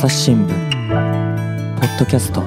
朝日新聞ポッドキャスト。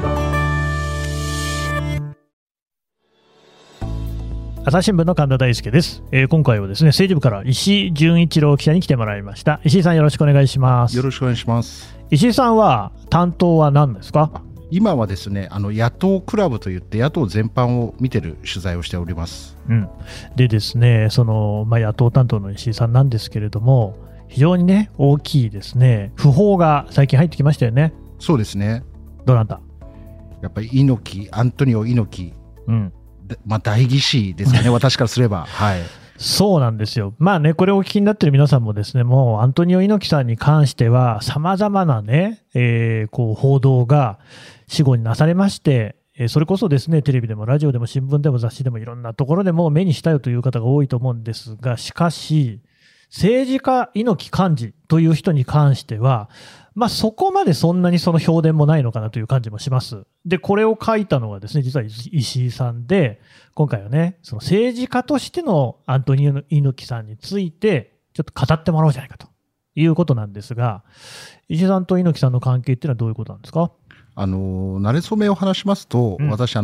朝日新聞の神田大輔です。今回はですね、政治部から石井純一郎記者に来てもらいました。石井さん、よろしくお願いします。 よろしくお願いします。 石井さんは担当は何ですか？ 今はですね、野党クラブといって野党全般を見てる取材をしております。 でですね、野党担当の石井さんなんですけれども、非常にね、大きいですね、訃報が最近入ってきましたよね。 そうですね。 どなた？ やっぱりアントニオ猪木、代議士ですかね私からすれば。はい。 そうなんですよ。まあね、これをお聞きになっている皆さんもですね、もうアントニオ猪木さんに関しては、さまざまなね、報道が死後になされまして、それこそですね、テレビでもラジオでも新聞でも雑誌でもいろんなところでも目にしたよという方が多いと思うんですが、しかし、政治家猪木幹事という人に関しては、そこまでそんなにその評伝もないのかなという感じもします。で、これを書いたのがですね、実は石井さんで、今回はね、その政治家としてのアントニオ猪木さんについて、ちょっと語ってもらおうじゃないかということなんですが、石井さんと猪木さんの関係っていうのはどういうことなんですか？ 馴れ初めを話しますと、私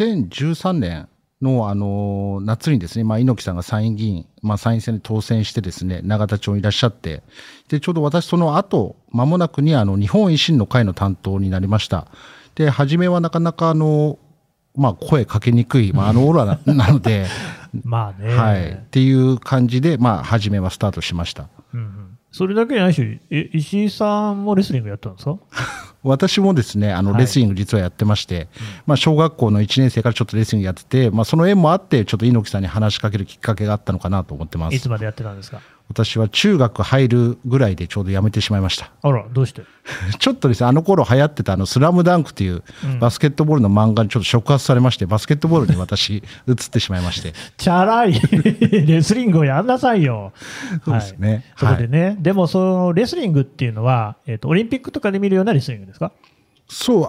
2013年の夏にですね、猪木さんが参院議員、参院選で当選してですね、永田町にいらっしゃって、で、ちょうど私その後、間もなくに日本維新の会の担当になりました。で、初めはなかなか声かけにくい、オーラなので、はい、っていう感じで、初めはスタートしました。 それだけじゃないし、石井さんもレスリングやったんですか？ 私もですね、レスリング実はやってまして、小学校の1年生からちょっとレスリングやってて、その縁もあって、ちょっと猪木さんに話しかけるきっかけがあったのかなと思ってます。 いつまでやってたんですか？ 私は中学入るぐらいでちょうど辞めてしまいました。 あら、どうして？ ちょっとですね、あの頃流行ってたスラムダンクっていうバスケットボールの漫画にちょっと触発されまして、バスケットボールに私移ってしまいまして。 チャラいレスリングをやんなさいよ。 そうですね。 そこでね、でもそのレスリングっていうのは、オリンピックとかで見るようなレスリングですか？ そう、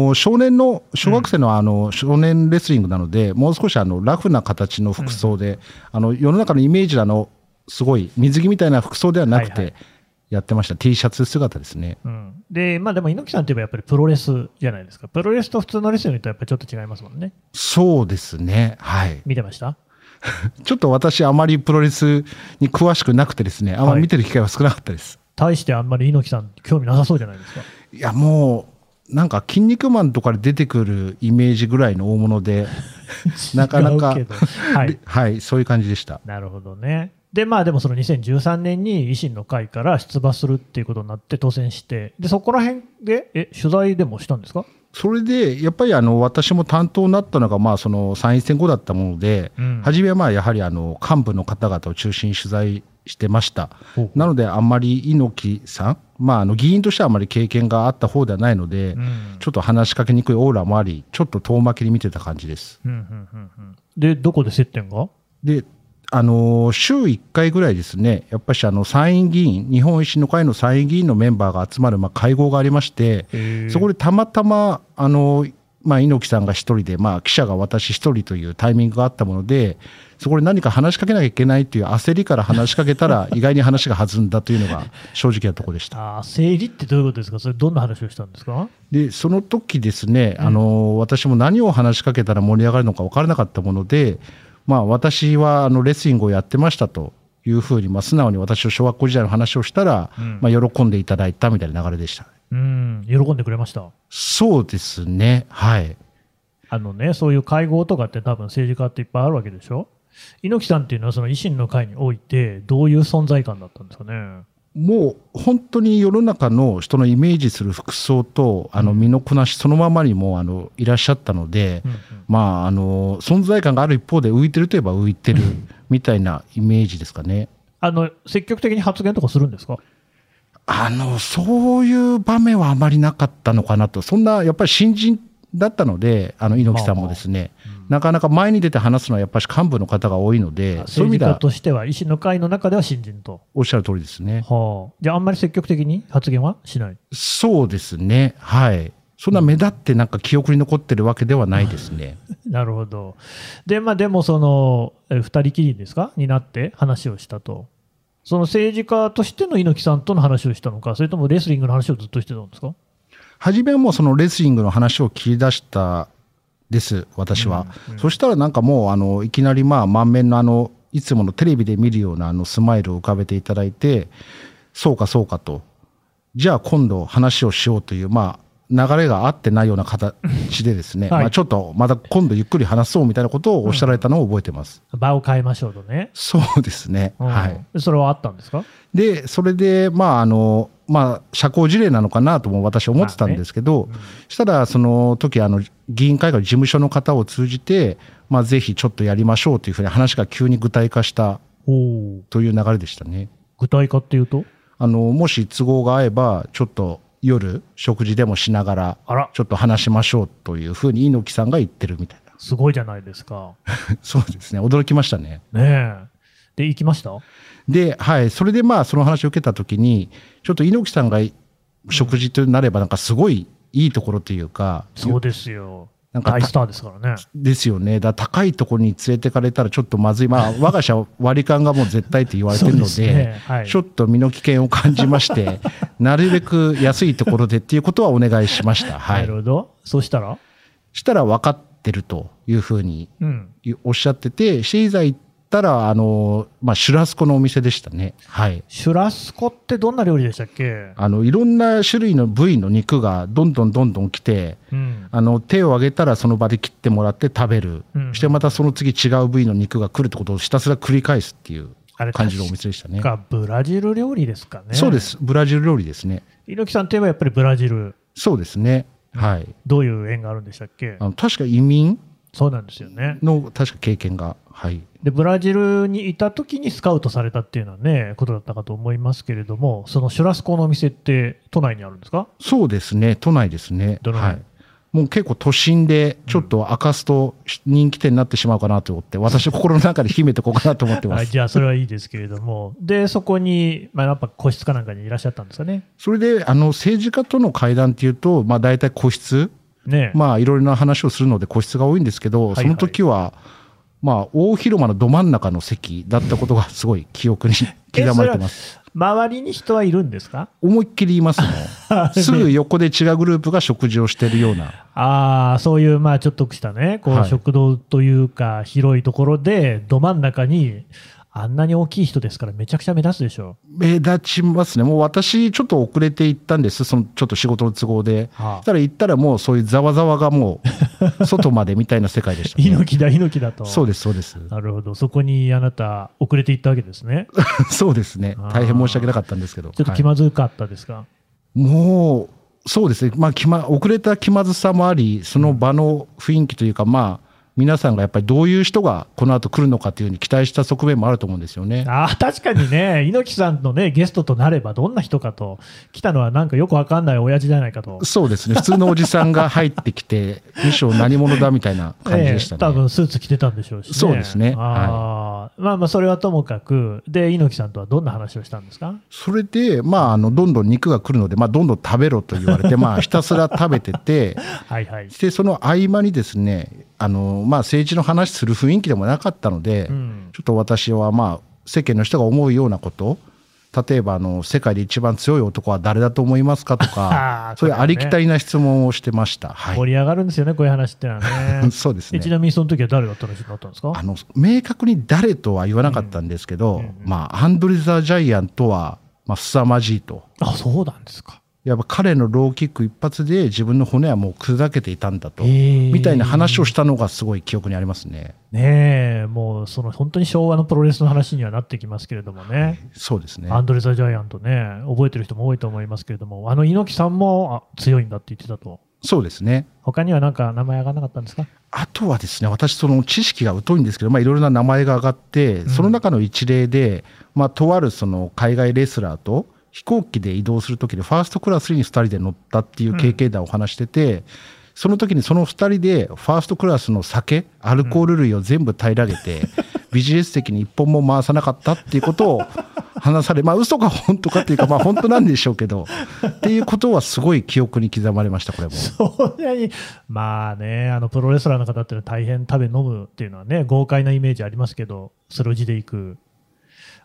小学生の少年レスリングなので、もう少しラフな形の服装で、世の中のイメージですごい水着みたいな服装ではなくてやってました。T シャツ姿ですね。 でも猪木さんといえばやっぱりプロレスじゃないですか。プロレスと普通のレスリングとやっぱりちょっと違いますもんね。 そうですね。はい。 見てましたちょっと私あまりプロレスに詳しくなくてですね、あんまり見てる機会は少なかったです。 対してあんまり猪木さん興味なさそうじゃないですか。 いや、もうなんか筋肉マンとかで出てくるイメージぐらいの大物でなかなかはい、そういう感じでした。 なるほどね。でもその2013年に維新の会から出馬するっていうことになって当選して、でそこら辺で取材でもしたんですか？ それでやっぱり私も担当になったのがその参院選後だったもので、初めはやはり幹部の方々を中心に取材してました。なのであんまり猪木さん、議員としてはあまり経験があった方ではないので、ちょっと話しかけにくいオーラもあり、ちょっと遠巻きに見てた感じです。 でどこで接点が？で週1回ぐらいですね、やっぱり参院議員、日本維新の会の参院議員のメンバーが集まる会合がありまして、そこでたまたま猪木さんが一人で、記者が私一人というタイミングがあったもので、そこで何か話しかけなきゃいけないという焦りから話しかけたら、意外に話が弾んだというのが正直なところでした。 焦りってどういうことですか？それどんな話をしたんですか？ でその時ですね、私も何を話しかけたら盛り上がるのか分からなかったもので、私はレスリングをやってましたというふうに、素直に私の小学校時代の話をしたら、喜んでいただいたみたいな流れでした。 喜んでくれました？ そうですね。はい。 そういう会合とかって多分政治家っていっぱいあるわけでしょ？猪木さんっていうのはその維新の会においてどういう存在感だったんですかね？ もう本当に世の中の人のイメージする服装と身のこなしそのままにもいらっしゃったので、存在感がある一方で浮いてるといえば浮いてるみたいなイメージですかね。 積極的に発言とかするんですか？ そういう場面はあまりなかったのかなと。そんなやっぱり新人だったので、猪木さんもですね、なかなか前に出て話すのはやっぱり幹部の方が多いので、 そういう意味では政治家としては維新の会の中では新人と。 おっしゃる通りですね。 じゃああんまり積極的に発言はしない？ そうですね。はい。そんな目立ってなんか記憶に残ってるわけではないですね。 なるほど。でもその二人きりですかになって話をしたと。その政治家としての猪木さんとの話をしたのか、それともレスリングの話をずっとしてたんですか？ 初めはもうそのレスリングの話を切り出したです私は、そしたらなんかもういきなり満面のいつものテレビで見るようなスマイルを浮かべていただいて、そうかそうかと、じゃあ今度話をしようという流れが合ってないような形でですね、 はい、 ちょっとまた今度ゆっくり話そうみたいなことをおっしゃられたのを覚えてます。 場を変えましょうとね。 そうですね、はい。 それはあったんですか？ でそれで社交辞令なのかなとも私は思ってたんですけど、したらその時議員会館の事務所の方を通じて、ぜひちょっとやりましょうというふうに話が急に具体化したという流れでしたね。 具体化っていうと、 もし都合が合えばちょっと夜食事でもしながらちょっと話しましょうというふうに猪木さんが言ってるみたいな。 すごいじゃないですか。 そうですね、驚きましたね。 ねえ。で行きました？ で、はい、それでその話を受けたときに、ちょっと猪木さんが食事となれば、なんかすごいいいところというか、 そうですよ、 なんか大スターですからね。 ですよね。だから高いところに連れてかれたらちょっとまずい、我が社は割り勘がもう絶対って言われてるので、 ね、はい、 ちょっと身の危険を感じまして、なるべく安いところでっていうことはお願いしました。はい、 なるほど。そうしたら分かってるというふうにおっしゃってて、いざ行ったらシュラスコのお店でしたね。はい。 シュラスコってどんな料理でしたっけ？ いろんな種類の部位の肉がどんどん来て、手を挙げたらその場で切ってもらって食べる、そしてまたその次違う部位の肉が来るってことをひたすら繰り返すっていう感じのお店でしたね。 ブラジル料理ですかね？そうです、 ブラジル料理ですね。 猪木さんといえばやっぱりブラジル。 そうですね、はい。 どういう縁があるんでしたっけ？ 確か移民そうなんですよねの確か経験が、はい。 でブラジルにいた時にスカウトされたっていうのはね、ことだったかと思いますけれども、そのシュラスコのお店って都内にあるんですか？ そうですね、都内ですね。はい。もう結構都心でちょっと明かすと人気店になってしまうかなと思って、私心の中で秘めておこうかなと思ってます。 じゃあそれはいいですけれども、でそこに、やっぱ個室かなんかにいらっしゃったんですかね。 それで政治家との会談っていうと、大体個室、ね、いろいろな話をするので個室が多いんですけど、その時は大広間のど真ん中の席だったことがすごい記憶に刻まれてます。 周りに人はいるんですか？ 思いっきりいますね。すぐ横で違うグループが食事をしているような。 そういうちょっとしたね、食堂というか広いところでど真ん中にあんなに大きい人ですから、めちゃくちゃ目立つでしょう。 目立ちますね。もう私ちょっと遅れて行ったんです、そのちょっと仕事の都合で。そしたら行ったらもうそういうざわざわがもう外までみたいな世界でしたね。 猪木だと。 そうですそうです。 なるほど。そこにあなた遅れて行ったわけですね。 そうですね。大変申し訳なかったんですけど。 ちょっと気まずかったですか？ もうそうですね。遅れた気まずさもあり、その場の雰囲気というか、皆さんがやっぱりどういう人がこの後来るのかというふうに期待した側面もあると思うんですよね。 確かにね、猪木さんの、ね、ゲストとなればどんな人かと、来たのはなんかよくわかんない親父じゃないかと。 そうですね、普通のおじさんが入ってきて、むしろ何者だみたいな感じでしたね。 多分スーツ着てたんでしょうしね。 そうですね。 それはともかく、で猪木さんとはどんな話をしたんですか？ それで、どんどん肉が来るので、どんどん食べろと言われて、ひたすら食べてて、 はいはい。 でその合間にですね、政治の話する雰囲気でもなかったので、ちょっと私は世間の人が思うようなこと、例えば世界で一番強い男は誰だと思いますかとかそういうありきたりな質問をしてました。はい、 盛り上がるんですよね、こういう話ってのはね。 そうですね。 ちなみにその時は誰が話になったんですか？ 明確に誰とは言わなかったんですけど、アンドレ・ザ・ジャイアントは凄まじいと。 そうなんですか。 やっぱ彼のローキック一発で自分の骨はもう砕けていたんだと、みたいな話をしたのがすごい記憶にありますね。 もう本当に昭和のプロレスの話にはなってきますけれどもね。 そうですね。 アンドレ・ザ・ジャイアントね、覚えてる人も多いと思いますけれども、猪木さんも強いんだって言ってたと。 そうですね。 他には何か名前上がらなかったんですか？ あとはですね、私その知識が疎いんですけど、いろいろな名前が上がって、その中の一例で、とあるその海外レスラーと飛行機で移動するときにファーストクラスに2人で乗ったっていう経験談を話してて、その時にその2人でファーストクラスの酒、アルコール類を全部平らげて、ビジネス席に一本も回さなかったっていうことを話され、嘘か本当かっていうか、本当なんでしょうけどっていうことはすごい記憶に刻まれました。これもそんなにプロレスラーの方っていうのは大変食べ飲むっていうのはね、豪快なイメージありますけど、それを地でいく。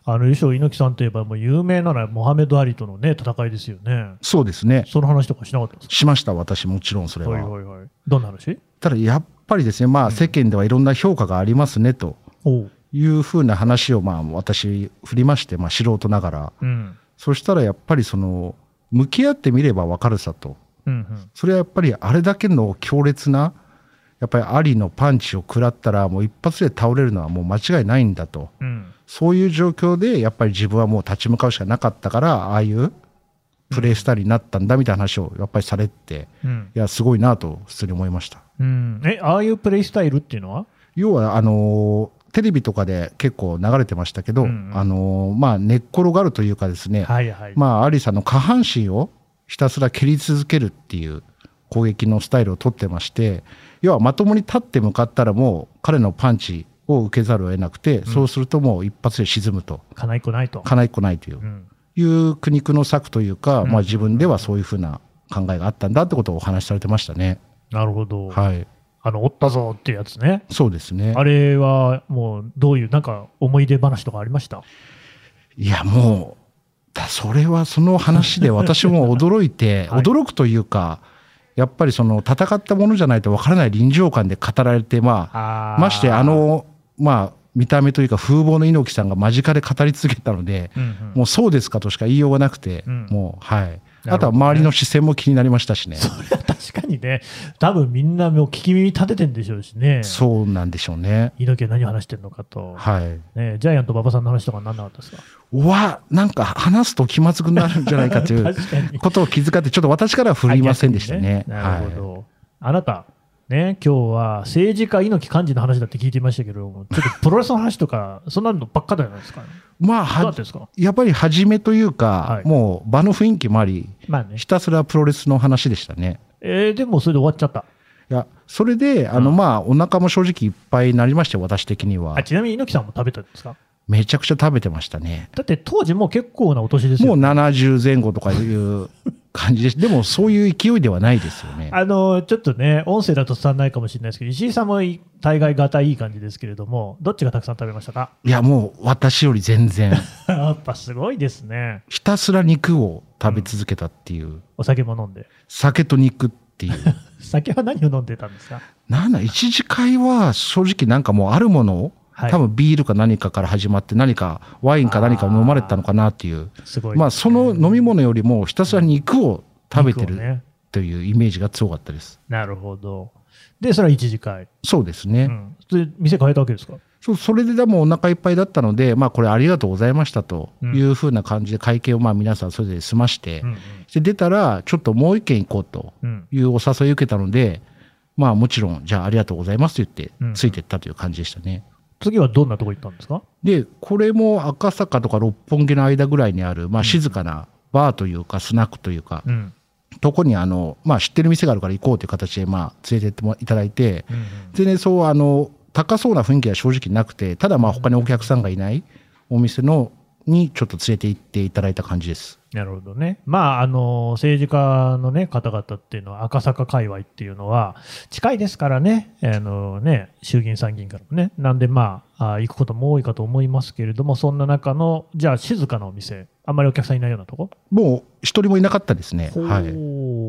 優勝猪木さんといえば、もう有名なのはモハメド・アリとの、ね、戦いですよね。 そうですね。 その話とかしなかったですか？ しました、私もちろんそれは。 はいはいはい。どんな話？ ただやっぱりですね、まあ世間ではいろんな評価がありますねというふうな話をまあ私振りまして、まあ素人ながら、そしたらやっぱりその向き合ってみれば分かるさと、それはやっぱりあれだけの強烈なやっぱりアリのパンチを食らったらもう一発で倒れるのはもう間違いないんだと、そういう状況でやっぱり自分はもう立ち向かうしかなかったから、ああいうプレースタイルになったんだみたいな話をやっぱりされて、いやすごいなと普通に思いました。 ああいうプレイスタイルっていうのは、 要はテレビとかで結構流れてましたけど、まあ寝っ転がるというかですね、まあアリさんの下半身をひたすら蹴り続けるっていう攻撃のスタイルを取ってまして、要はまともに立って向かったらもう彼のパンチを受けざるを得なくて、そうするともう一発で沈むと、 かないっこないという苦肉の策というか、まあ自分ではそういうふうな考えがあったんだってことをお話しされてましたね。 なるほど。 はい。 おったぞっていうやつね。 そうですね。 あれはもうどういうなんか思い出話とかありました？ いやもうそれはその話で私も驚いて、驚くというか、やっぱりその戦ったものじゃないとわからない臨場感で語られて、ましてまあ見た目というか風貌の猪木さんが間近で語り続けたので、もうそうですかとしか言いようがなくて、もうはい。あとは周りの視線も気になりましたしね。 それは確かにね、多分みんなもう聞き耳立ててるんでしょうしね。 そうなんでしょうね。 猪木は何を話してるのかと。 はい。 ね、ジャイアント馬場さんの話とかなんなかったですか？ なんか話すと気まずくなるんじゃないかということを気遣って、ちょっと私からは振りませんでしたね。 なるほど。あなた、ね、今日は政治家猪木幹事の話だって聞いていましたけど、ちょっとプロレスの話とか、そんなのばっかじゃないですか、ね。 まあ、やっぱり初めというか、もう場の雰囲気もあり、ひたすらプロレスの話でしたね。 でもそれで終わっちゃった。 いや、それで、まあ、お腹も正直いっぱいになりましたよ、私的には。 ちなみに猪木さんも食べたんですか？ めちゃくちゃ食べてましたね。 だって当時もう結構なお年ですよね。 もう70前後とかいう感じです。でもそういう勢いではないですよね。 ちょっとね、音声だと伝わらないかもしれないですけど、石井さんも大概がたいい感じですけれども、どっちがたくさん食べましたか？ いや、もう私より全然。 やっぱすごいですね。 ひたすら肉を食べ続けたっていう。 お酒も飲んで。 酒と肉っていう。 酒は何を飲んでたんですか？ 一次会は正直なんかもうあるものを、多分ビールか何かから始まって、何かワインか何か飲まれてたのかなっていう、まあその飲み物よりもひたすら肉を食べてるというイメージが強かったです。 なるほど。で、それは一次会。 そうですね。 で、店変えたわけですか？ それででもお腹いっぱいだったので、まあこれありがとうございましたというふうな感じで会計をまあ皆さんそれぞれ済まして、で出たらちょっともう一軒行こうというお誘いを受けたので、まあもちろんじゃあありがとうございますと言ってついていったという感じでしたね。 次はどんなとこ行ったんですか？ で、これも赤坂とか六本木の間ぐらいにある、まあ、静かなバーというかスナックというか、とこにまあ、知ってる店があるから行こうという形で、まあ、連れてっていただいて、でね、そう高そうな雰囲気は正直なくて、ただまあ他にお客さんがいないお店にちょっと連れて行っていただいた感じです。 なるほどね。まあ、政治家の、ね、方々っていうのは、赤坂界隈っていうのは、近いですからね、衆議院、参議院からもね、なんで、まあ、行くことも多いかと思いますけれども、そんな中の、じゃあ、静かなお店、あんまりお客さんいないようなとこ？ もう、一人もいなかったですね。はい。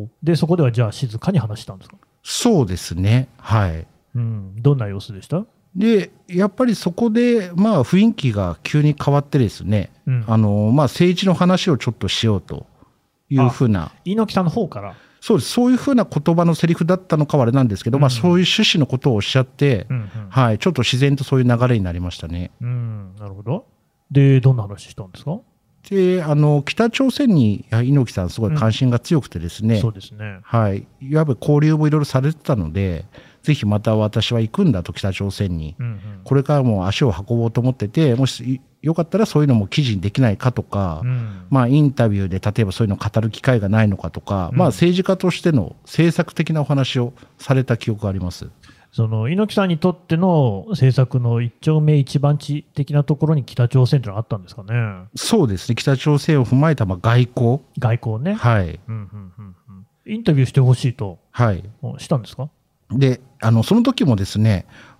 で、そこでは、じゃあ、静かに話したんですか？ そうですね。はい。 どんな様子でした？ でやっぱりそこで、まあ、雰囲気が急に変わってですね、まあ、政治の話をちょっとしようというふうな、 猪木さんの方から、 そうです、そういうふうな言葉のセリフだったのかはあれなんですけど、まあ、そういう趣旨のことをおっしゃって、はい、ちょっと自然とそういう流れになりましたね。 なるほど。で、どんな話したんですか？ で北朝鮮に猪木さんすごい関心が強くてですね、 そうですね、 はい、いわば交流もいろいろされてたので、ぜひまた私は行くんだと、北朝鮮に、これからも足を運ぼうと思ってて、もしよかったらそういうのも記事にできないかとか、まあ、インタビューで例えばそういうのを語る機会がないのかとか、まあ、政治家としての政策的なお話をされた記憶があります。 その猪木さんにとっての政策の一丁目一番地的なところに北朝鮮というのがあったんですかね。 そうですね、北朝鮮を踏まえたまあ外交ね、 はい、 インタビューしてほしいと、 はい、 したんですか？ でその時もですね、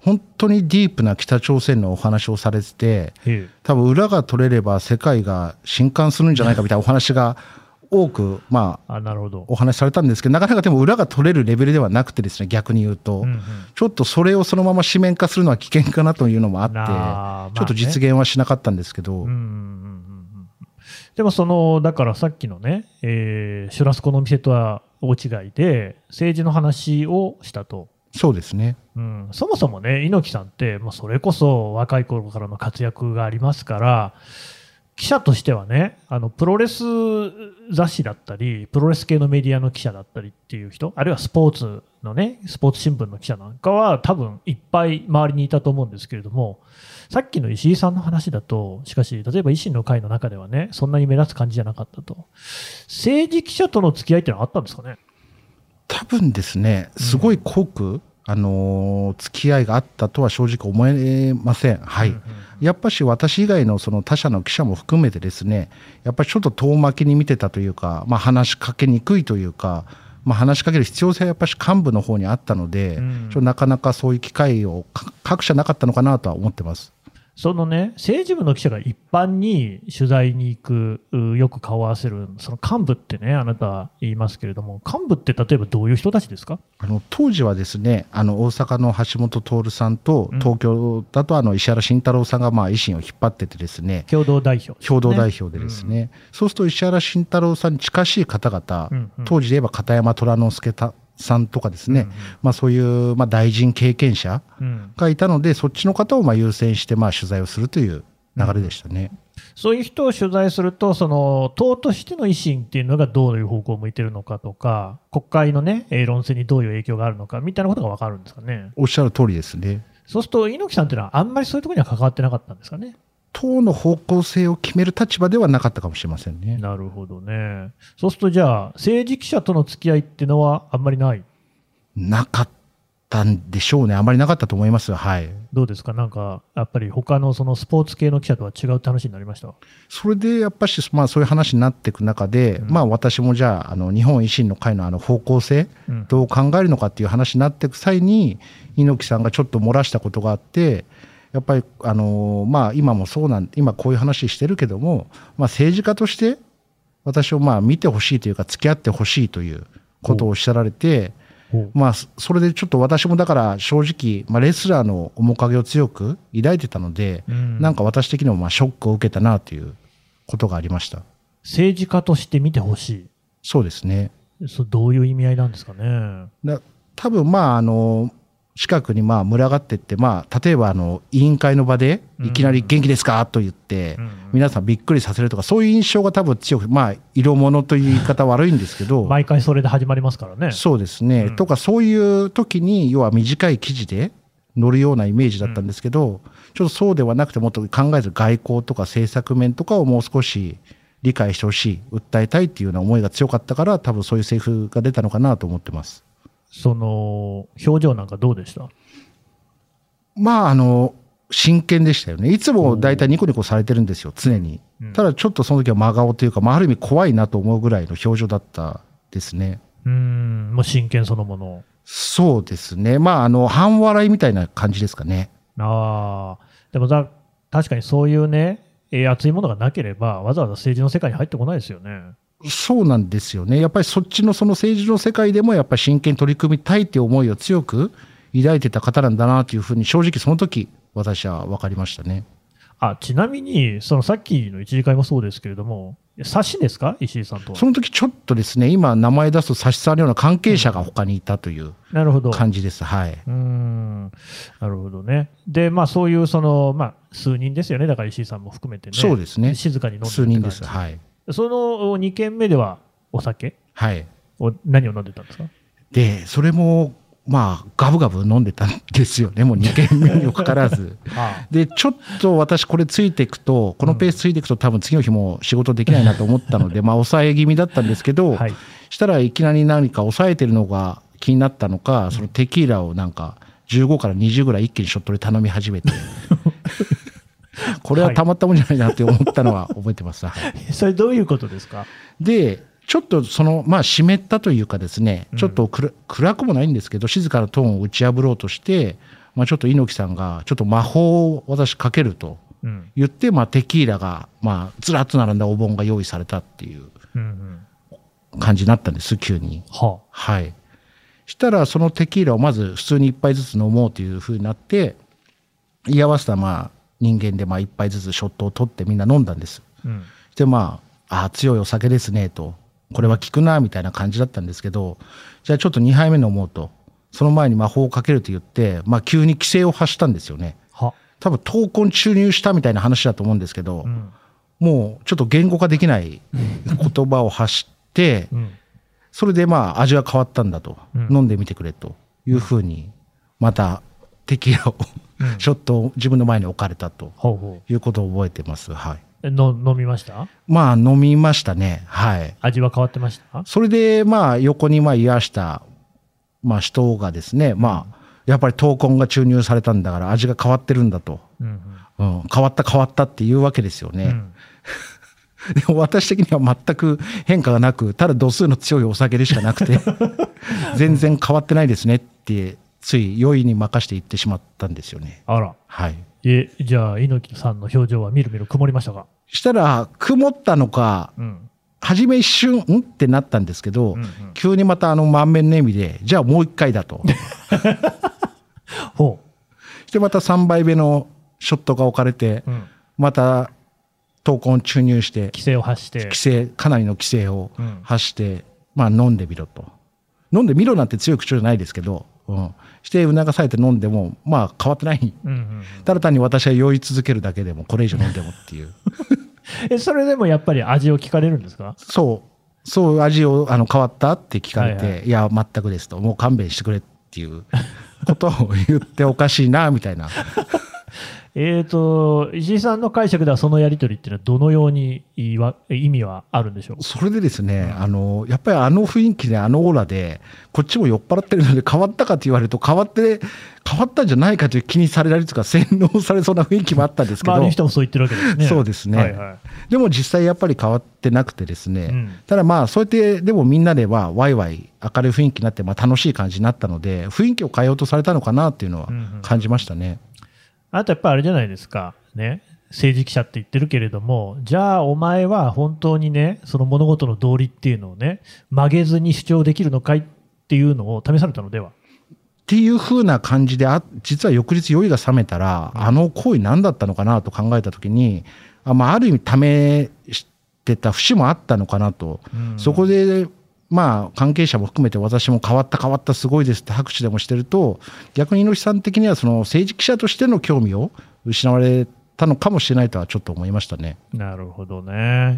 本当にディープな北朝鮮のお話をされてて、多分裏が取れれば世界が震撼するんじゃないかみたいなお話が多く、なるほど、お話しされたんですけど、なかなかでも裏が取れるレベルではなくてですね、逆に言うと、ちょっとそれをそのまま紙面化するのは危険かなというのもあって、ちょっと実現はしなかったんですけど。 でもだからさっきのね、シュラスコの店とは大違いで、政治の話をしたと。 そうですね、 そもそもね、猪木さんって、それこそ若い頃からの活躍がありますから、記者としてはね、プロレス雑誌だったり、プロレス系のメディアの記者だったりっていう人、あるいはスポーツのね、スポーツ新聞の記者なんかは、多分いっぱい周りにいたと思うんですけれども、さっきの石井さんの話だと、しかし、例えば維新の会の中ではね、そんなに目立つ感じじゃなかったと、政治記者との付き合いってのはあったんですかね。 多分ですね、すごい濃く、付き合いがあったとは正直思えません。はい。やっぱし私以外のその他社の記者も含めてですね、やっぱりちょっと遠巻きに見てたというか、話しかけにくいというか、話しかける必要性はやっぱり幹部の方にあったので、なかなかそういう機会を各社なかったのかなとは思ってます。 そのね、政治部の記者が一般に取材に行く、よく顔を合わせる、その幹部ってね、あなたは言いますけれども、幹部って例えばどういう人たちですか？ 当時はですね、大阪の橋本徹さんと、東京だと石原慎太郎さんが維新を引っ張っててですね、 共同代表ですね。 共同代表でですね、そうすると石原慎太郎さんに近しい方々、当時で言えば片山虎之助さんとかですね、そういう大臣経験者がいたので、そっちの方を優先して取材をするという流れでしたね。 そういう人を取材すると、その党としての維新っていうのがどういう方向を向いてるのかとか、国会のね、論戦にどういう影響があるのかみたいなことが分かるんですかね。 おっしゃる通りですね。 そうすると猪木さんっていうのはあんまりそういうところには関わってなかったんですかね。 党の方向性を決める立場ではなかったかもしれませんね。 なるほどね。そうするとじゃあ政治記者との付き合いっていうのはあんまりない？ なかったんでしょうね。あまりなかったと思います。はい。 どうですか、なんかやっぱり他のそのスポーツ系の記者とは違うって話になりました？ それでやっぱしそういう話になっていく中で、私もじゃあ日本維新の会の方向性、どう考えるのかっていう話になっていく際に、猪木さんがちょっと漏らしたことがあって、やっぱり今も今こういう話してるけども、政治家として私を見てほしいというか付き合ってほしいということをおっしゃられて、それでちょっと私もだから正直、レスラーの面影を強く抱いてたので、なんか私的にもショックを受けたなということがありました。 政治家として見てほしい。 そうですね。 どういう意味合いなんですかね。 多分近くに群がっていって、例えば委員会の場でいきなり元気ですかと言って、皆さんびっくりさせるとか、そういう印象が多分強く、色物という言い方悪いんですけど、 毎回それで始まりますからね。 そうですね。とか、そういう時に、要は短い記事で載るようなイメージだったんですけど、ちょっとそうではなくて、もっと考えず外交とか政策面とかをもう少し理解してほしい、訴えたいっていうような思いが強かったから、多分そういうセリフが出たのかなと思ってます。 その表情なんかどうでした？ 真剣でしたよね。いつも大体ニコニコされてるんですよ、常に。ただちょっとその時は真顔というか、ある意味怖いなと思うぐらいの表情だったですね。 もう真剣そのもの。 そうですね。半笑いみたいな感じですかね。 でも確かにそういうね、熱いものがなければ、わざわざ政治の世界に入ってこないですよね。 そうなんですよね。やっぱりそっちのその政治の世界でもやっぱり真剣に取り組みたいという思いを強く抱いてた方なんだなというふうに正直その時私は分かりましたね。 ちなみにそのさっきの一次会もそうですけれども、差しですか、石井さんとは。 その時ちょっとですね、今名前出すと差し障るような関係者が他にいたという感じです。はい。 なるほどね。でそういう数人ですよね。だから石井さんも含めてね。 そうですね。 静かに飲んでる数人です。はい。 その2軒目ではお酒、何を飲んでたんですか？ でそれもガブガブ飲んでたんですよね。もう2軒目にもかかわらずでちょっと私これついていくと、このペースついていくと多分次の日も仕事できないなと思ったので抑え気味だったんですけど、したらいきなり何か抑えてるのが気になったのか、そのテキーラをなんか15から20ぐらい一気にショットで頼み始めてこれはたまったもんじゃないなって思ったのは覚えてます。 それどういうことですか？ でちょっと湿ったというかですね、ちょっと暗くもないんですけど、静かなトーンを打ち破ろうとして、 まあ、ちょっと猪木さんがちょっと魔法を私かけると言って、まあ、テキーラがまあずらっと並んだお盆が用意されたっていう感じになったんです、急に。はい。したらそのテキーラをまず普通に1杯ずつ飲もうというふうになって、居合わせたまあ人間でまあ1杯ずつショットを取ってみんな飲んだんです。でまあ、強いお酒ですねと、これは効くなみたいな感じだったんですけど、じゃあちょっと2杯目飲もうと、その前に魔法をかけると言って、まあ、急に規制を発したんですよね。多分闘魂注入したみたいな話だと思うんですけど、もうちょっと言語化できない言葉を発して、それでまあ味が変わったんだと、飲んでみてくれというふうに、またテキーラをショットを自分の前に置かれたということを覚えてます。はい。 飲みました？ まあ飲みましたね。はい。 味は変わってました？それでまあ横にまあ居合わせたまあ人がですね、まあやっぱり闘魂が注入されたんだから味が変わってるんだと、変わったっていうわけですよね。でも私的には全く変化がなく、ただ度数の強いお酒でしかなくて全然変わってないですねってつい酔いに任せて言ってしまったんですよね。 あら。 はい。 じゃあ猪木さんの表情はみるみる曇りましたか？ したら曇ったのか、初め一瞬ってなったんですけど、急にまた満面の笑みで、じゃあもう一回だとしてまた3杯目のショットが置かれて、また闘魂注入して規制を発してかなりの規制を発して、まあ飲んでみろと、飲んでみろなんて強い口調じゃないですけど、して促されて飲んでもまあ変わってない、ただ単に私は酔い続けるだけでもこれ以上飲んでもっていうそれでもやっぱり味を聞かれるんですか？ そう味を変わったって聞かれて、いや全くですと、もう勘弁してくれっていうことを言っておかしいなみたいな石井さんの解釈ではそのやり取りっていうのはどのように意味はあるんでしょう？ それでですね、やっぱり雰囲気でオーラでこっちも酔っ払ってるので変わったかと言われると変わったんじゃないかという気にされられるとか洗脳されそうな雰囲気もあったんですけど、 周りの人もそう言ってるわけですね。 そうですね、でも実際やっぱり変わってなくてですね、ただまあそうやってでもみんなではワイワイ明るい雰囲気になって楽しい感じになったので、雰囲気を変えようとされたのかなっていうのは感じましたね。 あとやっぱりあれじゃないですかね、政治記者って言ってるけれども、じゃあお前は本当にね、その物事の道理っていうのをね曲げずに主張できるのかいっていうのを試されたのではっていう風な感じで、実は翌日酔いが覚めたら、行為何だったのかなと考えたときに、ある意味試してた節もあったのかなと、そこでまあ関係者も含めて私も変わったすごいですって拍手でもしてると、逆に猪木さん的にはその政治記者としての興味を失われたのかもしれないとはちょっと思いましたね。 なるほどね。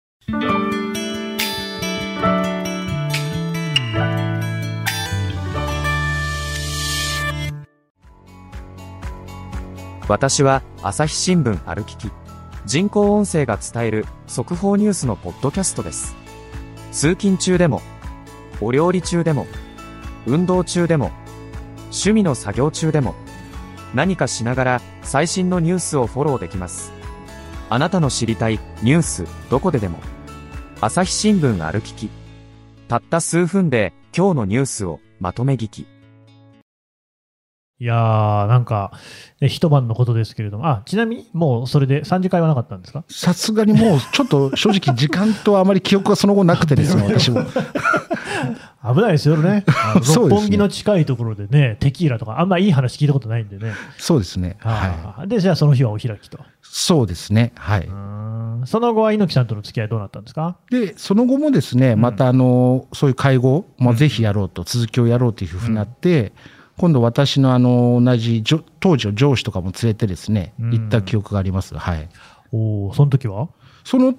私は朝日新聞ある聞き、人工音声が伝える速報ニュースのポッドキャストです。通勤中でも、お料理中でも、運動中でも、趣味の作業中でも、何かしながら最新のニュースをフォローできます。あなたの知りたいニュースどこででも、朝日新聞ある聞き。たった数分で今日のニュースをまとめ聞き。 いやー、なんか、一晩のことですけれども、ちなみにもうそれで3次会はなかったんですか？ さすがにもうちょっと正直時間とあまり記憶がその後なくてですね私も危ないですよね。六本木の近いところでね、テキーラとかあんまいい話聞いたことないんでね。 そうですね。 で、じゃあその日はお開きと。 そうですね。はい。 その後は猪木さんとの付き合いどうなったんですか？ で、その後もですね、またそういう会合、ぜひやろうと、続きをやろうというふうになって、今度私の同じ当時の上司とかも連れてですね、行った記憶があります。はい。 その時はその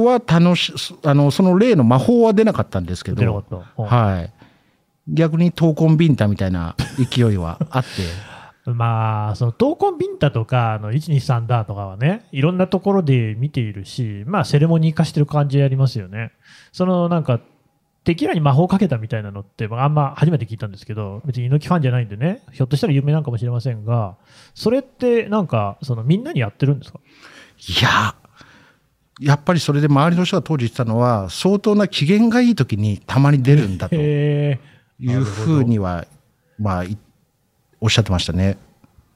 例の魔法は出なかったんですけど、はい。逆に闘魂ビンタみたいな勢いはあって。 その闘魂ビンタとか123だとかはね、いろんなところで見ているし、セレモニー化してる感じありますよね。なんかテキーラに魔法をかけたみたいなのってあんま初めて聞いたんですけど、別に猪木ファンじゃないんでね、ひょっとしたら有名なんかもしれませんが、それってなんかみんなにやってるんですか？ いや、やっぱりそれで周りの人が当時言ってたのは、相当な機嫌がいい時にたまに出るんだというふうにはおっしゃってましたね。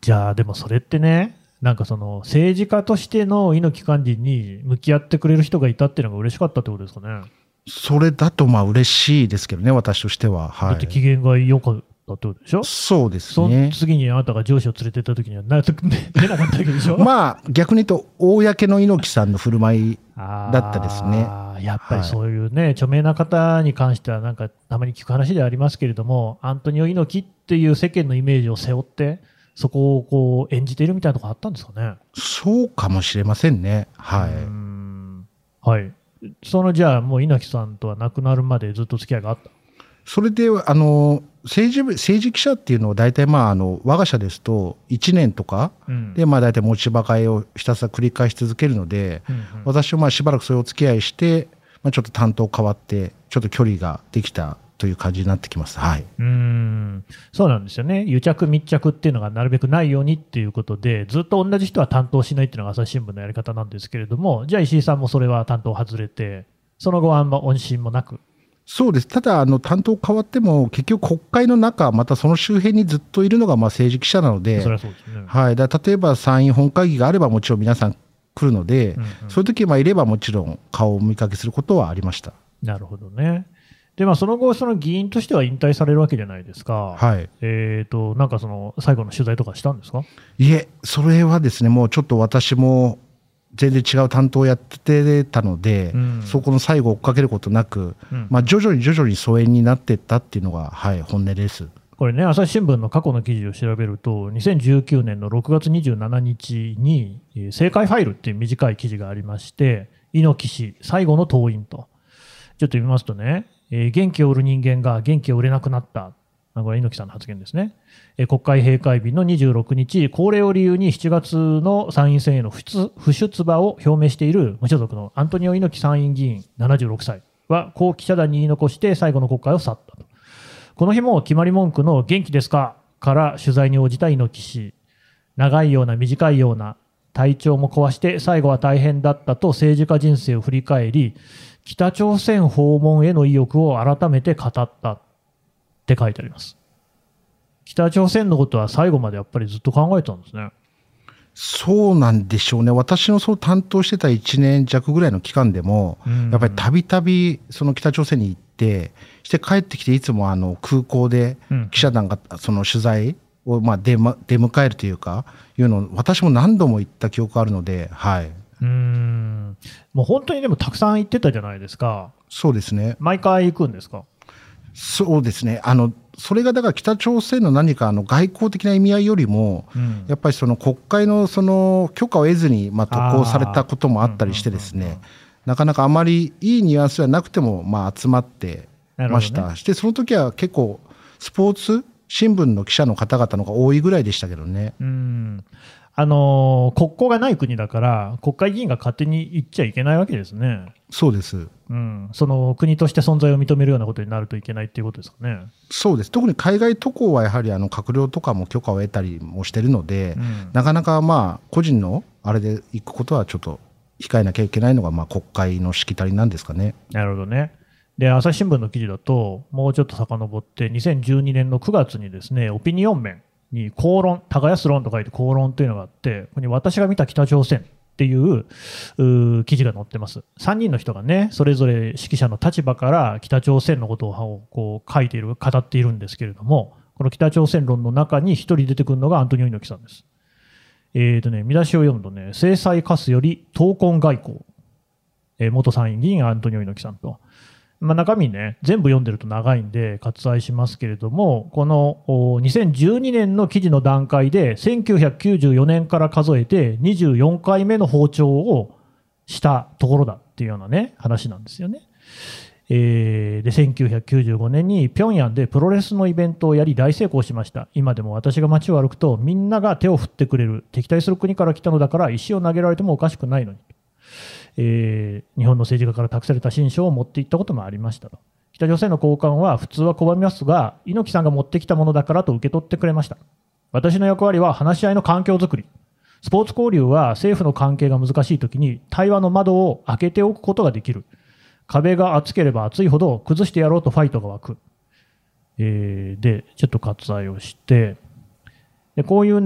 じゃあ、でもそれってね、なんかその政治家としての猪木幹事に向き合ってくれる人がいたっていうのが嬉しかったってことですかね。 それだとまあ嬉しいですけどね、私としては。はい、 だって機嫌が良かったってことでしょ。 そうですそのね。 次にあなたが上司を連れてった時には出なかったわけでしょ。 まあ逆に言うと、公の猪木さんの振る舞いだったですね。 やっぱりそういうね、著名な方に関しては、なんかたまに聞く話ではありますけれども、アントニオ猪木っていう世間のイメージを背負って、そこをこう演じているみたいなところあったんですかね。 そうかもしれませんね。はい。 はい。じゃあ、もう猪木さんとは亡くなるまでずっと付き合いがあった。 それで、政治記者っていうのを大体、まあ、我が社ですと、1年とかで、まあ、大体持ち場会をひたすら繰り返し続けるので、私はまあしばらくそういうお付き合いして、まあ、ちょっと担当変わって、ちょっと距離ができたという感じになってきます。はい。 そうなんですよね。癒着密着っていうのがなるべくないようにっていうことで、ずっと同じ人は担当しないっていうのが朝日新聞のやり方なんですけれども、じゃあ石井さんもそれは担当外れて、その後はあんま音信もなく。 そうです。ただ、担当変わっても、結局国会の中、またその周辺にずっといるのがまあ政治記者なので、 それはそうですね。 はい。だから例えば参院本会議があればもちろん皆さん来るので、そういう時まあいればもちろん顔をお見かけすることはありました。 なるほどね。で、まあ、その後、その議員としては引退されるわけじゃないですか。 はい。 なんかその、最後の取材とかしたんですか？ いえ、それはですね、もうちょっと私も全然違う担当をやってたので、そこの最後追っかけることなく、まあ徐々に疎遠になっていったっていうのが、はい、本音です。 これね、朝日新聞の過去の記事を調べると、2019年の6月27日に、政界ファイルっていう短い記事がありまして、猪木氏最後の党員と。ちょっと読みますとね、元気を売る人間が元気を売れなくなった。これは猪木さんの発言ですね。国会閉会日の26日、高齢を理由に7月の参院選への不出馬を表明している無所属のアントニオ猪木参院議員76歳は、こう記者団に言い残して最後の国会を去ったと。この日も決まり文句の元気ですかから取材に応じた猪木氏。長いような短いような体調も壊して最後は大変だったと政治家人生を振り返り、北朝鮮訪問への意欲を改めて語ったって書いてあります。北朝鮮のことは最後までやっぱりずっと考えてたんですね。 そうなんでしょうね。私のその担当してた1年弱ぐらいの期間でも、やっぱりたびたびその北朝鮮に行って、して帰ってきていつも空港で記者団がその取材をまあ出迎えるというか、いうのを私も何度も行った記憶があるので、はい。 もう本当にでもたくさん行ってたじゃないですか。 そうですね。 毎回行くんですか？ そうですね。それがだから北朝鮮の何か外交的な意味合いよりも、やっぱりその国会のその許可を得ずにまあ渡航されたこともあったりしてですね、なかなかあまりいいニュアンスではなくてもまあ集まってました。してその時は結構スポーツ新聞の記者の方々の方が多いぐらいでしたけどね。 国交がない国だから国会議員が勝手に行っちゃいけないわけですね。 そうです。 その国として存在を認めるようなことになるといけないっていうことですかね。 そうです。特に海外渡航はやはり閣僚とかも許可を得たりもしてるので、なかなかまあ個人のあれで行くことはちょっと控えなきゃいけないのがまあ国会のしきたりなんですかね。 なるほどね。で、朝日新聞の記事だともうちょっと遡って2012年の9月にですね、オピニオン面に公論、耕す論と書いて公論というのがあって、ここに私が見た北朝鮮っていう記事が載ってます。3人の人がね、それぞれ指揮者の立場から北朝鮮のことをこう書いている、語っているんですけれども、この北朝鮮論の中に1人出てくるのがアントニオ猪木さんです。見出しを読むとね、制裁科すより闘魂外交、元参院議員アントニオ猪木さんと。中身ね、全部読んでると長いんで割愛しますけれども、この2012年の記事の段階で1994年から数えて24回目の訪朝をしたところだっていうようなね話なんですよね。で1995年に平壌でプロレスのイベントをやり大成功しました。今でも私が街を歩くとみんなが手を振ってくれる。敵対する国から来たのだから石を投げられてもおかしくないのに。日本の政治家から託された親書を持っていったこともありましたと。北朝鮮の高官は普通は拒みますが、猪木さんが持ってきたものだからと受け取ってくれました。私の役割は話し合いの環境づくり。スポーツ交流は政府の関係が難しいときに対話の窓を開けておくことができる。壁が厚ければ厚いほど崩してやろうとファイトが湧く。で、ちょっと割愛をして、でこういうね、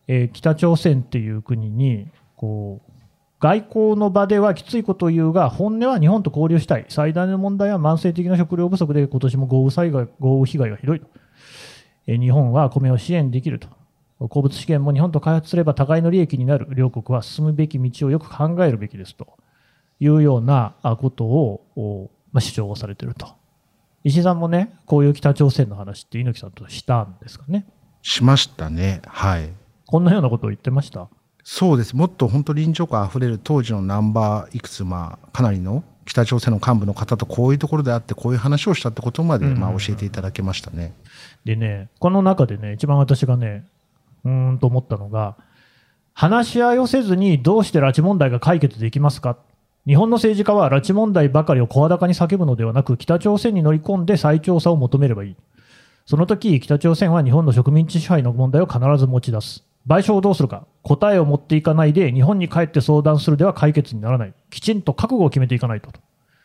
北朝鮮っていう国にこう外交の場ではきついことを言うが、本音は日本と交流したい、最大の問題は慢性的な食料不足で、今年も豪雨被害がひどいと、日本は米を支援できると、鉱物資源も日本と開発すれば互いの利益になる、両国は進むべき道をよく考えるべきですというようなことを主張をされていると。石井さんもね、こういう北朝鮮の話って猪木さんとしたんですかね。 しましたね。はい。 こんなようなことを言ってました。 そうです。もっと本当臨場感あふれる当時のナンバーいくつ、かなりの北朝鮮の幹部の方とこういうところであってこういう話をしたってことまで教えていただけましたね。 でね、この中でね、一番私がね、と思ったのが、話し合いをせずにどうして拉致問題が解決できますか。日本の政治家は拉致問題ばかりを声高に叫ぶのではなく、北朝鮮に乗り込んで再調査を求めればいい。その時、北朝鮮は日本の植民地支配の問題を必ず持ち出す。賠償をどうするか、答えを持っていかないで日本に帰って相談するでは解決にならない。きちんと覚悟を決めていかないと。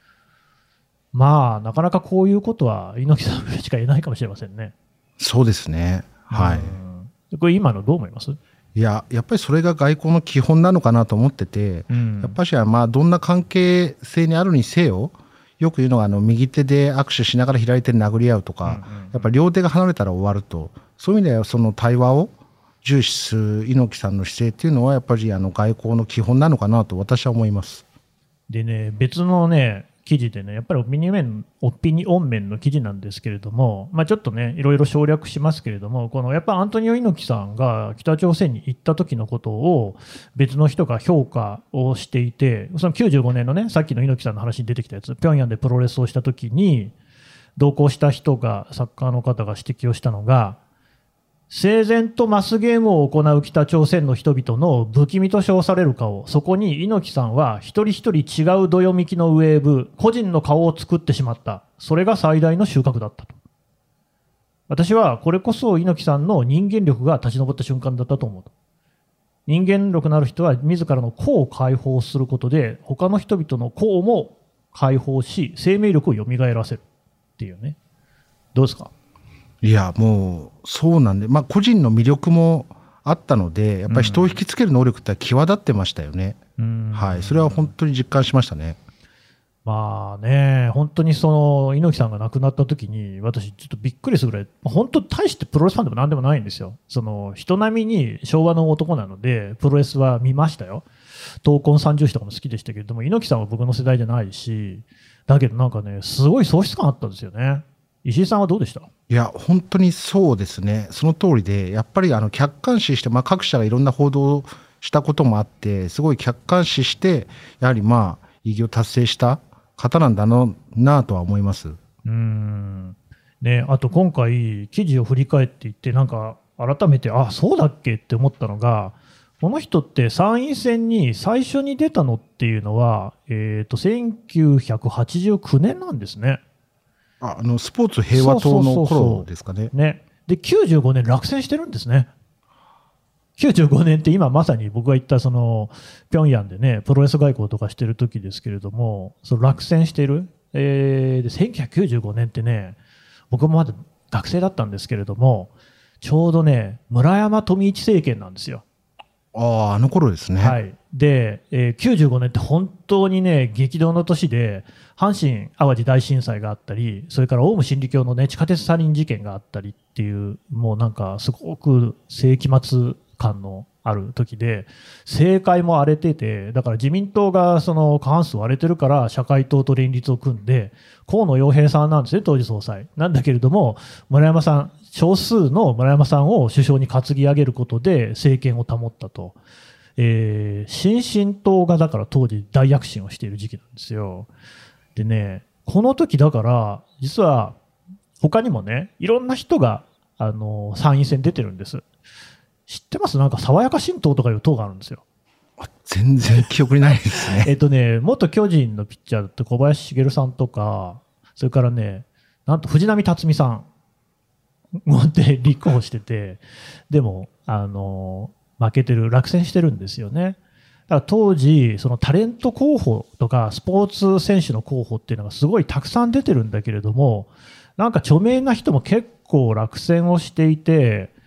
なかなかこういうことは猪木さんしか言えないかもしれませんね。 そうですね。はい。 これ今のどう思います？ やっぱりそれが外交の基本なのかなと思ってて、やっぱりどんな関係性にあるにせよ、よく言うのが右手で握手しながら左手で殴り合うとか、やっぱり両手が離れたら終わると、そういう意味ではその対話を重視する猪木さんの姿勢っていうのはやっぱり外交の基本なのかなと私は思います。 でね、別のね記事でね、やっぱりオピニオン面の記事なんですけれども、ちょっとねいろいろ省略しますけれども、このやっぱアントニオ猪木さんが北朝鮮に行った時のことを別の人が評価をしていて、その95年のね、さっきの猪木さんの話に出てきたやつ、平壌でプロレスをした時に同行した人が、作家の方が指摘をしたのが、整然とマスゲームを行う北朝鮮の人々の不気味と称される顔、そこに猪木さんは一人一人違うどよみきのウェーブ、個人の顔を作ってしまった。それが最大の収穫だったと。私はこれこそ猪木さんの人間力が立ち上った瞬間だったと思うと。人間力のある人は自らの個を解放することで、他の人々の個をも解放し、生命力を蘇らせるっていうね。どうですか？ いや、もうそうなんで、個人の魅力もあったので、やっぱり人を引きつける能力って際立ってましたよね。はい、それは本当に実感しましたね。 本当にその猪木さんが亡くなった時に、私ちょっとびっくりするぐらい、本当大してプロレスファンでもなんでもないんですよ。その人並みに昭和の男なのでプロレスは見ましたよ。闘魂三重士とかも好きでしたけれども、猪木さんは僕の世代じゃないし、だけどすごい喪失感あったんですよね。石井さんはどうでした？ いや、本当にそうですね。その通りで、やっぱり客観視して、各社がいろんな報道をしたこともあって、すごい客観視して、やはり偉業を達成した方なんだなとは思います。 あと今回、記事を振り返っていって、改めて、そうだっけって思ったのが、この人って参院選に最初に出たのっていうのは、1989年なんですね。 スポーツ平和党の頃ですかね。 で、95年落選してるんですね。95年って今まさに僕が言ったその平壌でね、プロレス外交とかしてる時ですけれども、その落選してる。で、1995年ってね、僕もまだ学生だったんですけれども、ちょうどね、村山富一政権なんですよ。 あの頃ですね。 はい。で、95年って本当にね、激動の年で、阪神・淡路大震災があったり、それからオウム真理教のね、地下鉄サリン事件があったりっていう、もうすごく世紀末感のある時で、政界も荒れてて、だから自民党がその過半数割れてるから、社会党と連立を組んで、河野洋平さんなんですね、当時総裁。なんだけれども、村山さん、少数の村山さんを首相に担ぎ上げることで政権を保ったと。新進党がだから当時大躍進をしている時期なんですよ。でね、この時だから実は他にもね、いろんな人が参院選出てるんです。知ってます？爽やか新党とかいう党があるんですよ。 全然記憶にないですね。 元巨人のピッチャーだって小林茂さんとか、それからね、なんと藤波辰巳さんで立候補してて、でも負けてる、落選してるんですよね。だから当時そのタレント候補とかスポーツ選手の候補っていうのがすごいたくさん出てるんだけれども、著名な人も結構落選をしていて、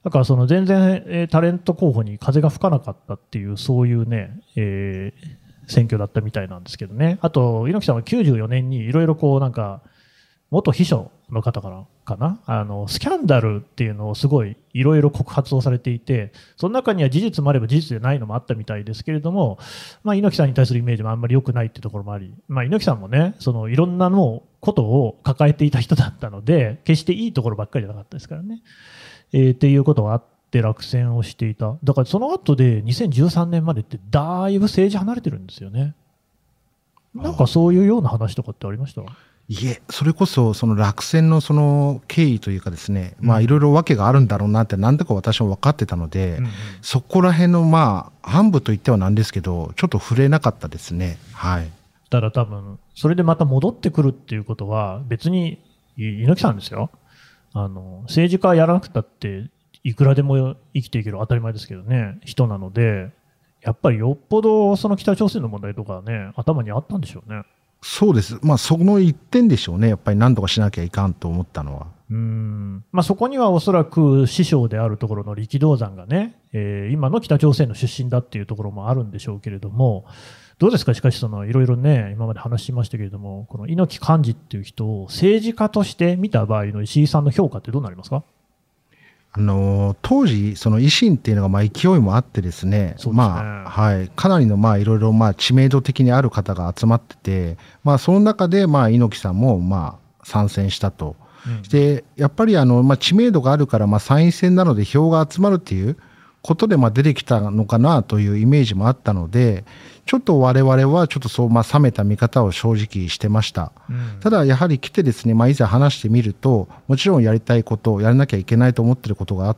だからその全然、タレント候補に風が吹かなかったっていう、そういうね、選挙だったみたいなんですけどね。あと、猪木さんは94年にいろいろこうなんか、元秘書の方からかな、スキャンダルっていうのをすごいいろいろ告発をされていて、その中には事実もあれば事実でないのもあったみたいですけれども、まあ、猪木さんに対するイメージもあんまり良くないっていうところもあり、まあ、猪木さんもね、そのいろんなことを抱えていた人だったので、決していいところばっかりじゃなかったですからね。っていうことがあって落選をしていた。だからその後で2013年までってだいぶ政治離れてるんですよね。なんかそういうような話とかってありました？ いえ、それこそ、その落選のその経緯というかですね、まあいろいろ訳があるんだろうなってなんだか私も分かってたので、そこら辺のまあ、半部と言ってはなんですけど、ちょっと触れなかったですね。はい。 ただ多分、それでまた戻ってくるっていうことは、別に、猪木さんですよ。政治家やらなくたって、いくらでも生きていける当たり前ですけどね、人なので、やっぱりよっぽどその北朝鮮の問題とかね、頭にあったんでしょうね。 そうです。まあ、その一点でしょうね。やっぱり何とかしなきゃいかんと思ったのは。 まあ、そこにはおそらく師匠であるところの力道山がね、今の北朝鮮の出身だっていうところもあるんでしょうけれども、どうですか、しかし、いろいろね、今まで話しましたけれども、この猪木寛至っていう人を政治家として見た場合の石井さんの評価ってどうなりますか？ 当時、その維新っていうのがまあ勢いもあってですね、まあ、はい、かなりのまあいろいろまあ知名度的にある方が集まってて、まあその中でまあ猪木さんもまあ参戦したと。で、やっぱりまあ知名度があるからまあ参院選なので票が集まるっていうことでまあ出てきたのかなというイメージもあったので、ちょっと我々はちょっとそうまあ冷めた見方を正直してました。ただやはり来てですね、まあ以前話してみると、もちろんやりたいことをやらなきゃいけないと思っていることがあって、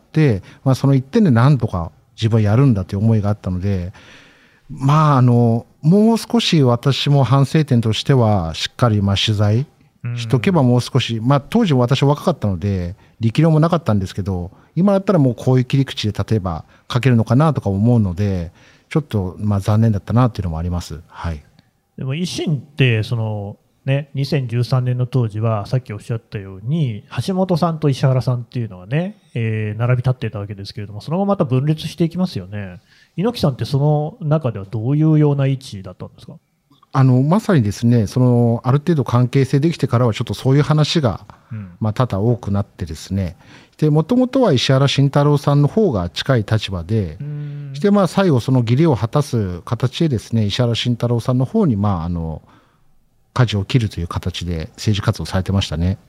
まあその一点で何とか自分はやるんだという思いがあったので、まあもう少し私も反省点としてはしっかりまあ取材しとけばもう少し、まあ当時私は若かったので力量もなかったんですけど、今だったらもうこういう切り口で例えば書けるのかなとか思うので、ちょっとまあ残念だったなっていうのもあります。はい。 でも維新ってね、2013年の当時はさっきおっしゃったように橋本さんと石原さんっていうのがね、並び立っていたわけですけれども、そのまままた分裂していきますよね。猪木さんってその中ではどういうような位置だったんですか？ まさにですね、ある程度関係性できてからはちょっとそういう話が、まあ多々多くなってですね、で、もともとは石原慎太郎さんの方が近い立場で、で、まあ最後その義理を果たす形でですね、石原慎太郎さんの方に、まあ舵を切るという形で政治活動されてましたね。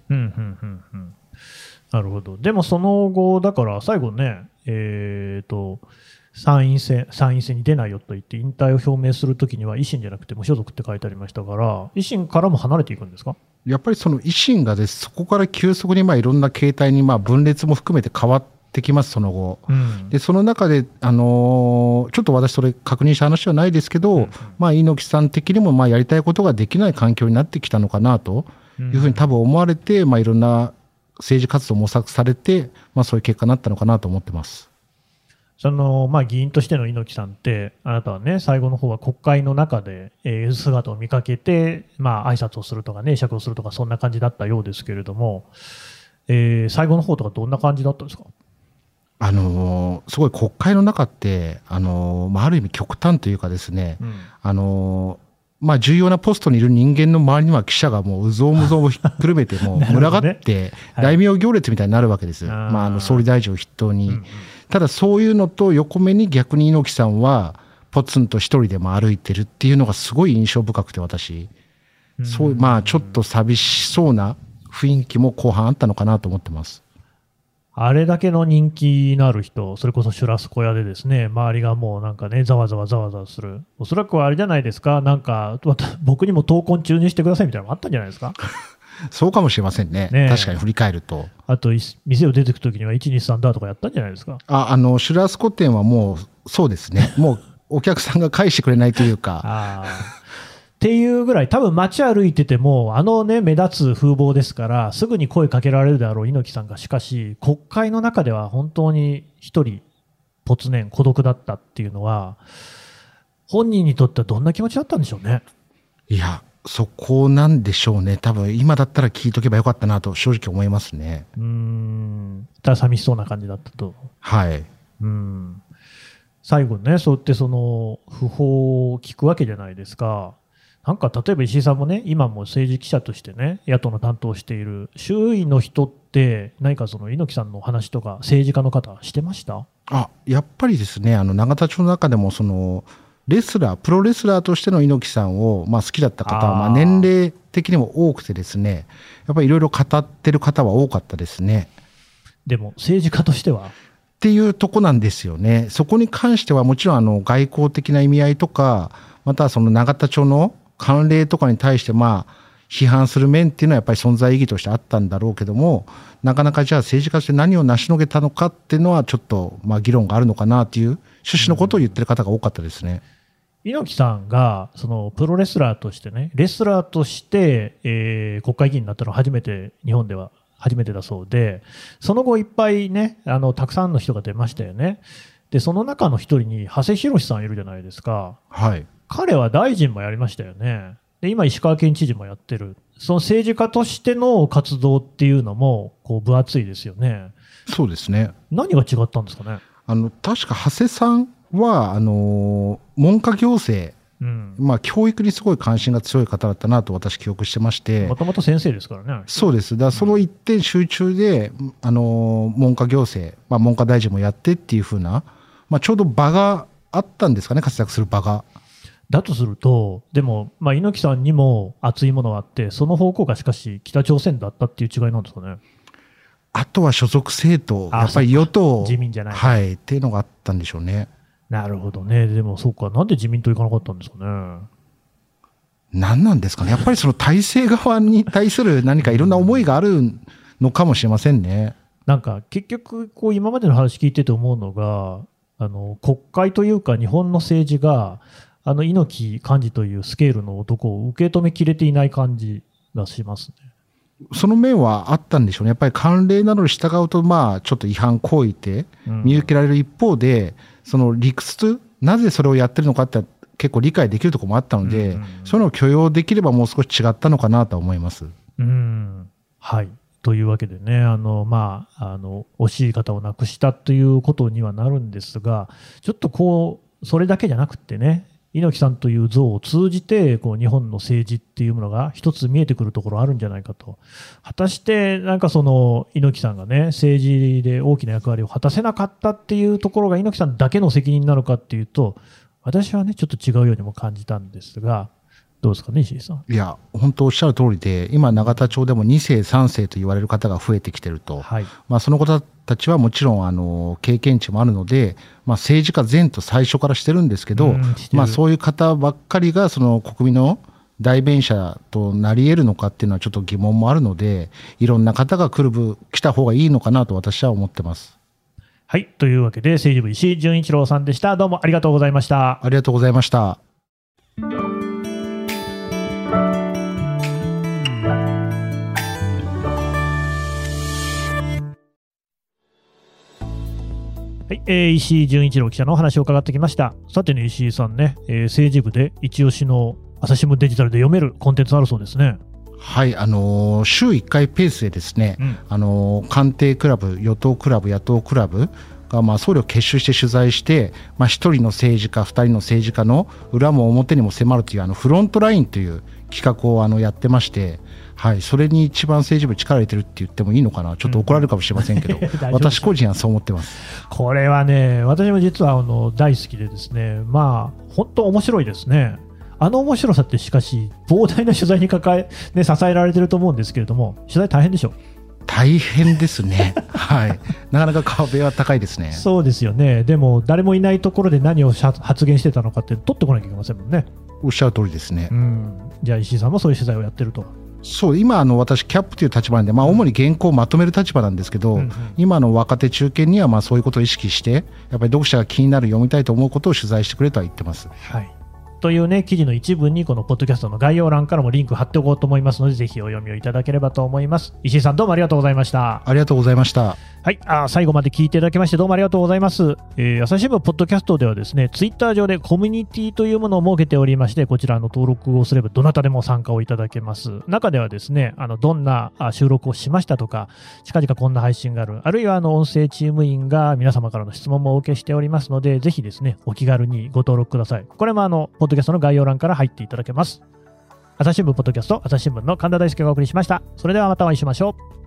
なるほど。でもその後、だから最後ね、参院選に出ないよと言って引退を表明するときには維新じゃなくて無所属って書いてありましたから、維新からも離れていくんですか？ やっぱりその維新がです、そこから急速にまあいろんな形態にまあ分裂も含めて変わってきます、その後。で、その中で、ちょっと私それ確認した話はないですけど、まあ猪木さん的にもまあやりたいことができない環境になってきたのかなというふうに多分思われて、まあいろんな政治活動を模索されて、まあそういう結果になったのかなと思ってます。 まあ、議員としての猪木さんって、あなたはね、最後の方は国会の中で、姿を見かけて、まあ、挨拶をするとかね、会釈をするとか、そんな感じだったようですけれども、最後の方とかどんな感じだったんですか？ すごい国会の中って、まあ、ある意味極端というかですね、まあ、重要なポストにいる人間の周りには記者がもううぞうむぞうをひっくるめてもう群がって、大名行列みたいになるわけです。まあ、総理大臣を筆頭に。ただそういうのと横目に逆に猪木さんはポツンと一人でも歩いてるっていうのがすごい印象深くて、私。そう、まあちょっと寂しそうな雰囲気も後半あったのかなと思ってます。 あれだけの人気のある人、それこそシュラスコ屋でですね、周りがもうなんかね、ざわざわする。おそらくはあれじゃないですか、なんか、僕にも闘魂注入してくださいみたいなのがあったんじゃないですか。 そうかもしれませんね。確かに振り返ると。 あと、店を出てくときには1、2、3だとかやったんじゃないですか。 シュラスコ店はもう、そうですね。もうお客さんが返してくれないというか。 っていうぐらい、多分街歩いてても、ね、目立つ風貌ですから、すぐに声かけられるであろう猪木さんが、しかし、国会の中では本当に一人、没年、孤独だったっていうのは、本人にとってはどんな気持ちだったんでしょうね。 いや、そこなんでしょうね。多分、今だったら聞いとけばよかったなと、正直思いますね。 ただ寂しそうな感じだったと。 はい。 最後ね、そうやってその訃報を聞くわけじゃないですか。なんか例えば石井さんもね、今も政治記者としてね、野党の担当をしている、周囲の人って、何かその猪木さんの話とか、政治家の方、してました？ やっぱりですね、永田町の中でもその、プロレスラーとしての猪木さんを好きだった方は年齢的にも多くてですね、やっぱりいろいろ語ってる方は多かったですね。 でも政治家としてはっていうとこなんですよね。そこに関してはもちろん外交的な意味合いとか、またはその永田町の慣例とかに対して批判する面っていうのはやっぱり存在意義としてあったんだろうけども、なかなかじゃあ政治家として何を成し遂げたのかっていうのはちょっと議論があるのかなっていう趣旨のことを言ってる方が多かったですね。 猪木さんがそのプロレスラーとしてね、レスラーとして、国会議員になったのは日本では初めてだそうで、その後いっぱいね、たくさんの人が出ましたよね。で、その中の一人に長谷博さんいるじゃないですか。 はい。 彼は大臣もやりましたよね。で、今石川県知事もやってる。その政治家としての活動っていうのも分厚いですよね。 そうですね。 何が違ったんですかね。 確か長谷さんは文科行政、教育にすごい関心が強い方だったなと私記憶してまして、 もともと先生ですからね。 そうです。だからその一点集中で、文科行政、文科大臣もやってっていう風な、ちょうど場があったんですかね、活躍する場が。 だとすると、でも、猪木さんにも熱いものがあって、その方向がしかし北朝鮮だったっていう違いなんですかね。 あとは所属政党、やっぱり与党、 自民じゃない、 はい、っていうのがあったんでしょうね。 なるほどね。でもそうか、なんで自民党行かなかったんですかね。 何なんですかね。やっぱりその体制側に対する何かいろんな思いがあるのかもしれませんね。 なんか結局今までの話聞いてて思うのが、国会というか日本の政治が猪木幹事というスケールの男を受け止めきれていない感じがしますね。 その面はあったんでしょうね。やっぱり慣例などに従うと、ちょっと違反行為って見受けられる一方で、その理屈、なぜそれをやってるのかって結構理解できるところもあったので、そういうのを許容できればもう少し違ったのかなと思います。 はい。というわけでね、惜しい方を亡くしたということにはなるんですが、ちょっとそれだけじゃなくてね、猪木さんという像を通じて日本の政治っていうものが一つ見えてくるところあるんじゃないかと。果たしてその猪木さんがね、政治で大きな役割を果たせなかったっていうところが猪木さんだけの責任なのかっていうと、私はねちょっと違うようにも感じたんですが、どうですかね、石井さん。 いや、本当おっしゃる通りで、今永田町でも2世3世と言われる方が増えてきてると、その方たちはもちろん経験値もあるので、政治家前と最初からしてるんですけど、そういう方ばっかりがその国民の代弁者となり得るのかっていうのはちょっと疑問もあるので、いろんな方が来た方がいいのかなと私は思ってます。 はい、というわけで政治部石井純一郎さんでした。どうもありがとうございました。 ありがとうございました。 はい、石井純一郎記者のお話を伺ってきました。さてね、石井さんね、政治部で一押しの朝日新聞デジタルで読めるコンテンツあるそうですね。 はい、週1回ペースでですね、官邸クラブ、与党クラブ、野党クラブが総力結集して取材して、1人の政治家、2人の政治家の裏も表にも迫るというフロントラインという企画をやってまして、はい、それに一番政治部力入れてるって言ってもいいのかな、ちょっと怒られるかもしれませんけど、私個人はそう思ってます。 これはね、私も実は大好きでですね、本当面白いですね。面白さってしかし膨大な取材に支えられてると思うんですけれども、取材大変でしょ。 大変ですね。はい。なかなか壁は高いですね。 そうですよね。でも誰もいないところで何を発言してたのかって取ってこなきゃいけませんもんね。 おっしゃる通りですね。 じゃあ石井さんもそういう取材をやってると。 そう、今私キャップという立場なんで、主に原稿をまとめる立場なんですけど、今の若手中堅にはそういうことを意識して、やっぱり読者が気になる、読みたいと思うことを取材してくれとは言ってます。 はい。というね、記事の一部にこのポッドキャストの概要欄からもリンク貼っておこうと思いますので、ぜひお読みをいただければと思います。石井さん、どうもありがとうございました。 ありがとうございました。 はい、最後まで聞いていただきましてどうもありがとうございます。朝日新聞ポッドキャストではですね、ツイッター上でコミュニティというものを設けておりまして、こちらの登録をすればどなたでも参加をいただけます。中ではですね、どんな収録をしましたとか、近々こんな配信がある、あるいは音声チーム員が皆様からの質問もお受けしておりますので、ぜひですね、お気軽にご登録ください。これもポッドキャストの概要欄から入っていただけます。朝日新聞ポッドキャスト、朝日新聞の神田大輔がお送りしました。それではまたお会いしましょう。